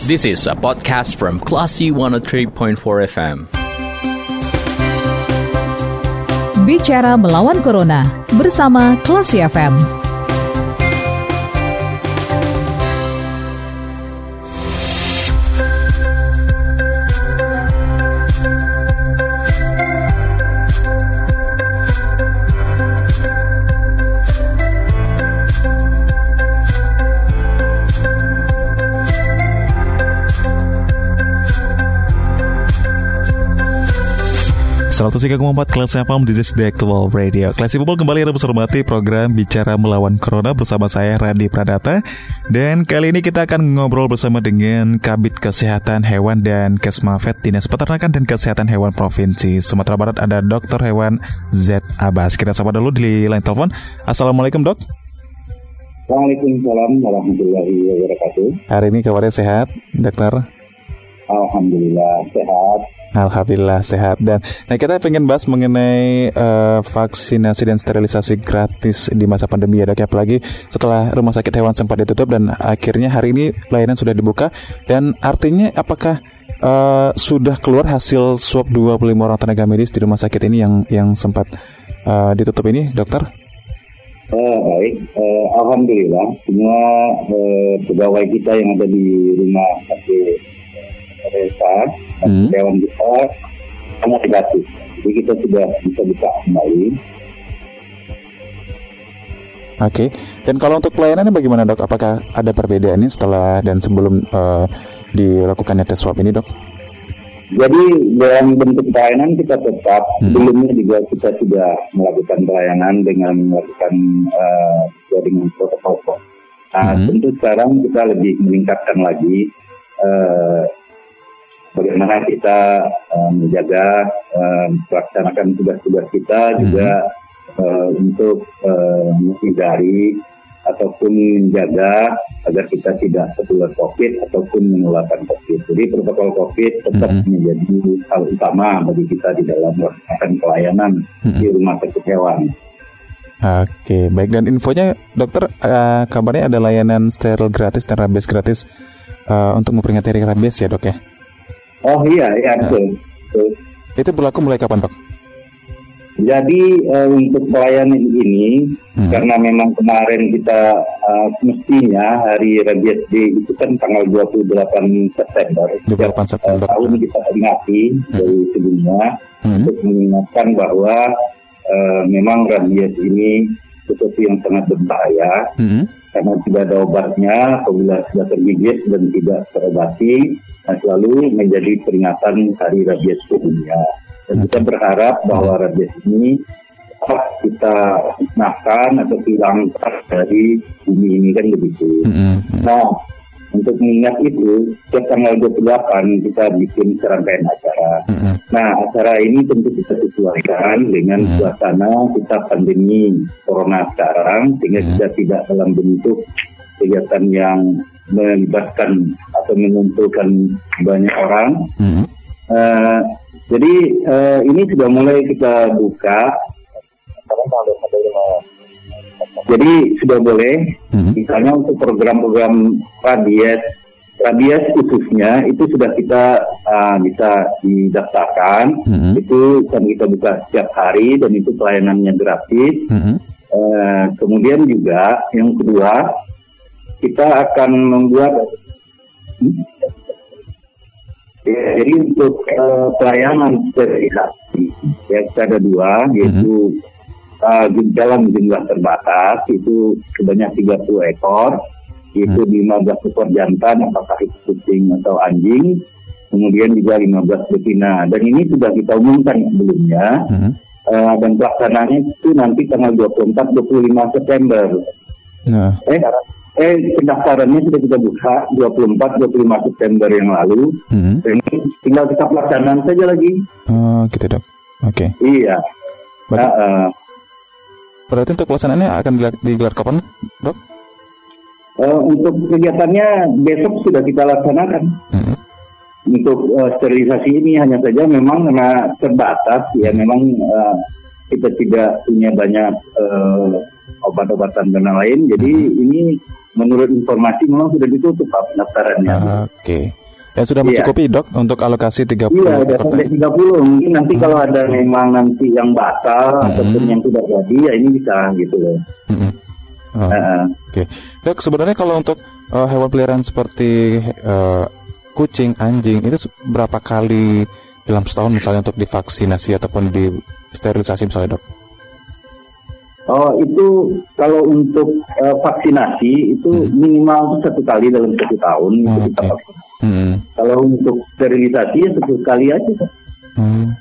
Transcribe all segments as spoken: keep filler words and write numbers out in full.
This is a podcast from Classy one oh three point four F M. Bicara melawan Corona bersama Classy F M. seratus tiga koma empat Classy F M, this is the actual radio. Classy People kembali ada berhormati program Bicara Melawan Corona bersama saya Radi Pradata. Dan kali ini kita akan ngobrol bersama dengan Kabid Kesehatan Hewan dan Kesmafet Dinas Peternakan dan Kesehatan Hewan Provinsi Sumatera Barat, ada Dokter Hewan Z. Abbas. Kita sapa dulu di line telepon. Assalamualaikum, Dok. Waalaikumsalam warahmatullahi wabarakatuh. Hari ini kabarnya sehat, Dokter? Alhamdulillah sehat. Alhamdulillah sehat. Dan nah kita pengen bahas mengenai uh, vaksinasi dan sterilisasi gratis di masa pandemi ya, Dok. Apalagi setelah rumah sakit hewan sempat ditutup dan akhirnya hari ini layanan sudah dibuka. Dan artinya apakah uh, sudah keluar hasil swab dua puluh lima orang tenaga medis di rumah sakit ini yang yang sempat uh, ditutup ini, Dokter? Uh, baik, uh, Alhamdulillah semua uh, pegawai kita yang ada di rumah sakit desa dan hewan kita sangat negatif. Jadi kita sudah bisa buka kembali. Oke. Dan kalau untuk pelayanannya bagaimana, Dok? Apakah ada perbedaannya setelah dan sebelum uh, dilakukannya tes swab ini, Dok? Jadi dalam bentuk pelayanan kita tetap hmm. sebelumnya juga kita sudah melakukan pelayanan dengan melakukan uh, dengan protokol. Nah, hmm. tentu sekarang kita lebih meningkatkan lagi uh, bagaimana kita uh, menjaga, uh, melaksanakan tugas-tugas kita hmm. juga uh, untuk uh, menghindari ataupun menjaga agar kita tidak tertular COVID ataupun menularkan COVID. Jadi protokol COVID tetap hmm. menjadi hal utama bagi kita di dalam melaksanakan pelayanan hmm. di rumah sakit hewan. Oke, baik. Dan infonya, Dokter, uh, kabarnya ada layanan steril gratis dan rabies gratis uh, untuk memperingati hari rabies ya, Dok ya? Oh iya, iya betul. betul. Itu berlaku mulai kapan, Dok? Jadi uh, untuk pelayanan ini, hmm. karena memang kemarin kita uh, mestinya hari Rabies Day itu kan tanggal dua puluh delapan September. dua puluh delapan September. Uh, tahun kita peringati hmm. dari sebelumnya hmm. untuk mengingatkan bahwa uh, memang rabies ini sesuatu yang sangat berbahaya hmm. karena tidak ada obatnya apabila sudah tergigit dan tidak terobati. Nah, selalu menjadi peringatan Hari Rabies Sedunia. Dan kita berharap bahwa rabies ini dapat kita musnahkan atau hilangkan dari bumi ini, kan begitu. Mm-hmm. Nah, untuk mengingat itu, setiap tanggal dua puluh delapan kita bikin serangkaian acara. Mm-hmm. Nah, acara ini tentu kita sesuaikan dengan mm-hmm. suasana kita pandemi Corona sekarang, sehingga mm-hmm. kita tidak dalam bentuk kegiatan yang melibatkan atau mengumpulkan banyak orang. Mm-hmm. Uh, jadi uh, ini sudah mulai kita buka. Jadi sudah boleh, mm-hmm. misalnya untuk program-program rabies, rabies khususnya itu sudah kita uh, bisa didaftarkan. Mm-hmm. Itu kan kita buka setiap hari dan itu pelayanannya gratis. Mm-hmm. Uh, kemudian juga yang kedua, kita akan membuat hmm? ya, jadi untuk uh, pelayanan sterilisasi ya kita ada dua, yaitu uh, dalam jumlah terbatas itu sebanyak tiga puluh ekor, yaitu lima belas ekor jantan apakah itu kucing atau anjing, kemudian juga lima belas betina, dan ini sudah kita umumkan sebelumnya. Uh-huh. uh, dan pelaksananya itu nanti tanggal dua puluh empat sampai dua puluh lima September. Nah. Eh, Eh, pendaftarannya sudah kita buka dua puluh empat sampai dua puluh lima September yang lalu. Hmm. Tinggal kita pelaksanaan saja lagi. Oh, gitu, Dok. Oke. Okay. Iya. Berarti, nah, uh, berarti untuk pelaksanaannya akan digelar, digelar kapan, Dok? Uh, untuk kegiatannya besok sudah kita laksanakan. Hmm. Untuk uh, sterilisasi ini hanya saja memang karena terbatas, ya memang uh, kita tidak punya banyak uh, obat-obatan dan lain. Jadi hmm. ini menurut informasi memang sudah ditutup Pak pendaftarannya. Ah, Oke. Okay. Ya sudah mencukupi iya. Dok untuk alokasi tiga puluh. Iya, sudah sampai tiga puluh. Mungkin nanti hmm. kalau ada memang nanti yang batal hmm. ataupun yang tidak jadi, ya ini bisa gitu loh. Hmm. Oh. Uh, Oke, okay. Dok sebenarnya kalau untuk uh, hewan peliharaan seperti uh, kucing, anjing itu berapa kali dalam setahun misalnya untuk divaksinasi ataupun di sterilisasi misalnya Dok? Oh itu kalau untuk uh, vaksinasi itu hmm. minimal satu kali dalam satu tahun oh, itu kita okay. vaksinasi. Hmm. Kalau untuk sterilisasi ya satu kali aja. Hmm.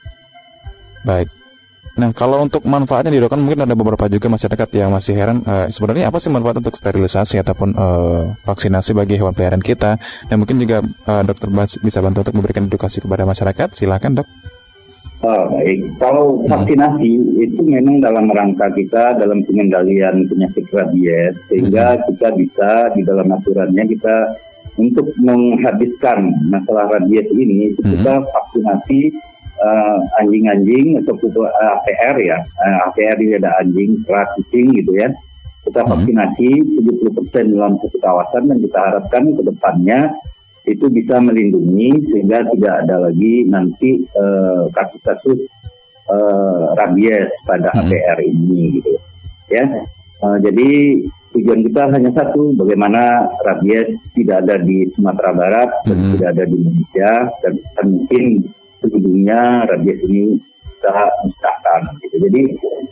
Baik. Nah kalau untuk manfaatnya di Dok, kan mungkin ada beberapa juga masyarakat yang masih heran uh, sebenarnya apa sih manfaat untuk sterilisasi ataupun uh, vaksinasi bagi hewan peliharaan kita, dan mungkin juga uh, dokter bisa bantu untuk memberikan edukasi kepada masyarakat. Silakan Dok. Oh, baik. Kalau vaksinasi hmm. itu memang dalam rangka kita dalam pengendalian penyakit rabies, sehingga hmm. kita bisa di dalam aturannya kita untuk menghabiskan masalah rabies ini hmm. kita vaksinasi uh, anjing-anjing atau A P R ya, uh, A P R ini ada anjing, kera, kucing gitu ya. Kita vaksinasi tujuh puluh persen dalam satu kawasan dan kita harapkan ke depannya itu bisa melindungi sehingga tidak ada lagi nanti uh, kasus-kasus uh, rabies pada hmm. A P R ini gitu ya. Uh, jadi tujuan kita hanya satu, bagaimana rabies tidak ada di Sumatera Barat dan hmm. tidak ada di Indonesia, dan, dan mungkin sebelumnya rabies ini kita musnahkan gitu. Jadi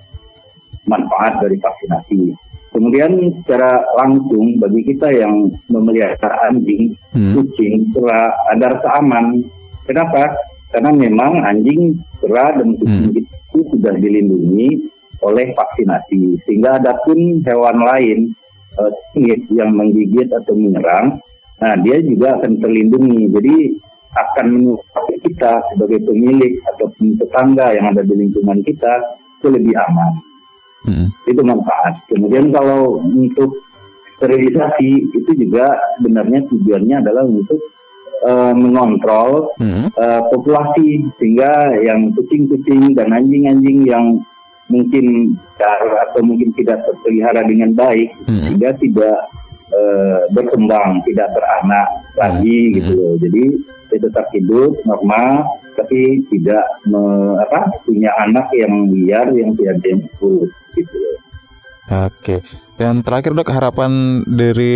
manfaat dari vaksinasi. Kemudian secara langsung bagi kita yang memelihara anjing, hmm. kucing, kera, ada rasa aman. Kenapa? Karena memang anjing, kera, dan kucing hmm. itu sudah dilindungi oleh vaksinasi. Sehingga adapun hewan lain uh, yang menggigit atau menyerang, nah dia juga akan terlindungi. Jadi akan menyebabkan kita sebagai pemilik atau tetangga yang ada di lingkungan kita itu lebih aman. Hmm. Itu manfaat. Kemudian kalau untuk sterilisasi itu juga sebenarnya tujuannya adalah untuk uh, mengontrol hmm. uh, populasi, sehingga yang kucing-kucing dan anjing-anjing yang mungkin atau mungkin tidak terpelihara dengan baik hmm. sehingga tidak uh, berkembang, tidak beranak lagi hmm. gitu loh. Jadi dia tetap hidup normal, tapi tidak me, apa, punya anak yang liar yang tidak diurus gitu. Oke. Dan terakhir Dok, harapan dari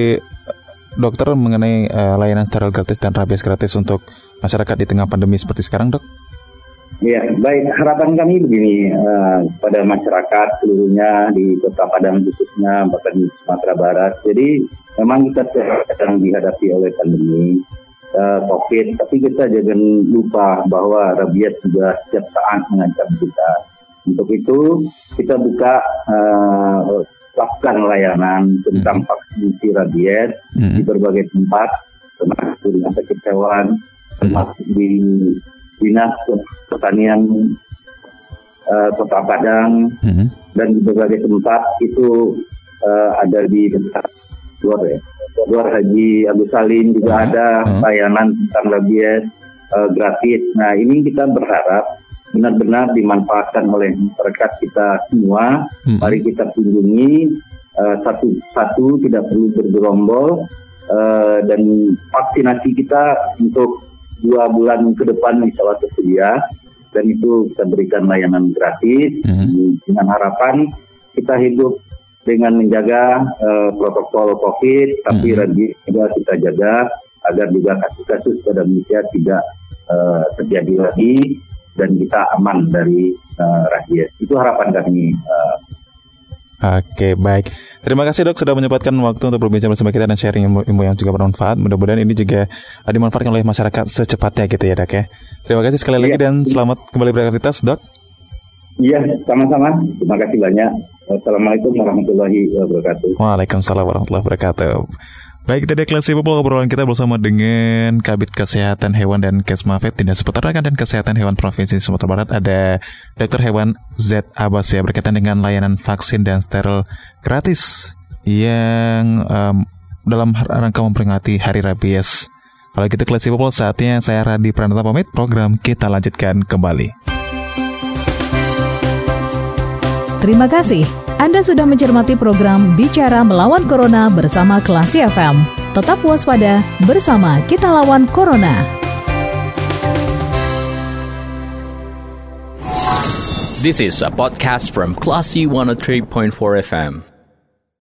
dokter mengenai uh, layanan steril gratis dan rabies gratis untuk masyarakat di tengah pandemi seperti sekarang, Dok? Ya, baik. Harapan kami begini uh, pada masyarakat seluruhnya di Kota Padang khususnya, bahkan di Sumatera Barat. Jadi memang kita sedang dihadapi oleh pandemi Uh, COVID, tapi kita jangan lupa bahwa rabies juga setiap saat mengancam kita. Untuk itu kita buka uh, lakukan layanan tentang mm-hmm. vaksinasi rabies mm-hmm. di berbagai tempat, termasuk di rumah sakit hewan, termasuk mm-hmm. di dinas pertanian uh, Kota Padang mm-hmm. dan di berbagai tempat itu uh, ada di tempat luar ya. Luar Haji Agus Salim juga uh, ada uh. layanan tentang rabies uh, gratis. Nah ini kita berharap benar-benar dimanfaatkan oleh masyarakat kita semua. Uh. Mari kita kunjungi uh, satu-satu, tidak perlu bergerombol, uh, dan vaksinasi kita untuk dua bulan ke depan insya Allah tersedia, dan itu kita berikan layanan gratis uh. dengan harapan kita hidup dengan menjaga uh, protokol COVID, tapi hmm. rabies juga kita jaga agar juga kasus-kasus pada manusia tidak uh, terjadi lagi dan kita aman dari uh, rabies. Itu harapan kami. Uh. Oke, baik. Terima kasih Dok sudah menyempatkan waktu untuk berbincang bersama kita dan sharing ilmu, ilmu yang juga bermanfaat. Mudah-mudahan ini juga dimanfaatkan oleh masyarakat secepatnya gitu ya Dok ya. Terima kasih sekali lagi ya. Dan selamat kembali beraktivitas Dok. Iya, sama-sama. Terima kasih banyak. Assalamualaikum warahmatullahi wabarakatuh. Waalaikumsalam warahmatullahi wabarakatuh. Baik, tadi Classy People, obrolan kita bersama dengan Kabid Kesehatan Hewan dan Kesmafet Dinas Peternakan dan Kesehatan Hewan Provinsi Sumatera Barat, ada Dokter Hewan Z Abbas ya, berkaitan dengan layanan vaksin dan steril gratis yang um, dalam rangka memperingati Hari Rabies. Kalau gitu Classy People, saatnya saya Radi Pranata pamit. Program kita lanjutkan kembali. Terima kasih. Anda sudah mencermati program Bicara Melawan Corona bersama Klasi F M. Tetap waspada, bersama kita lawan Corona. This is a podcast from Classy one oh three point four F M.